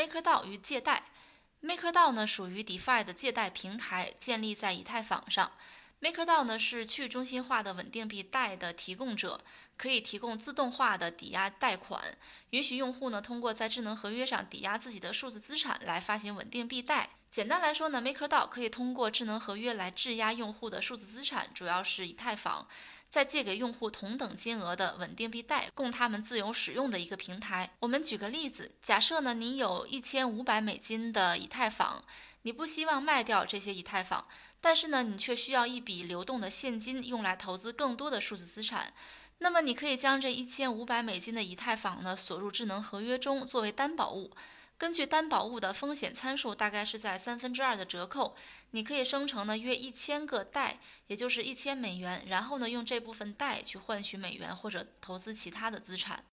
MakerDAO 与借贷。MakerDAO 呢属于 DeFi 的借贷平台，建立在以太坊上。MakerDAO 呢是去中心化的稳定币贷的提供者，可以提供自动化的抵押贷款，允许用户呢通过在智能合约上抵押自己的数字资产来发行稳定币贷。简单来说呢 ，MakerDAO 可以通过智能合约来质押用户的数字资产，主要是以太坊，再借给用户同等金额的稳定币贷，供他们自由使用的一个平台。我们举个例子，假设呢你有$1500的以太坊，你不希望卖掉这些以太坊，但是呢你却需要一笔流动的现金用来投资更多的数字资产。那么你可以将这$1500的以太坊呢锁入智能合约中作为担保物。根据担保物的风险参数大概是在2/3的折扣，你可以生成呢约1000个贷，也就是$1000，然后呢用这部分贷去换取美元或者投资其他的资产。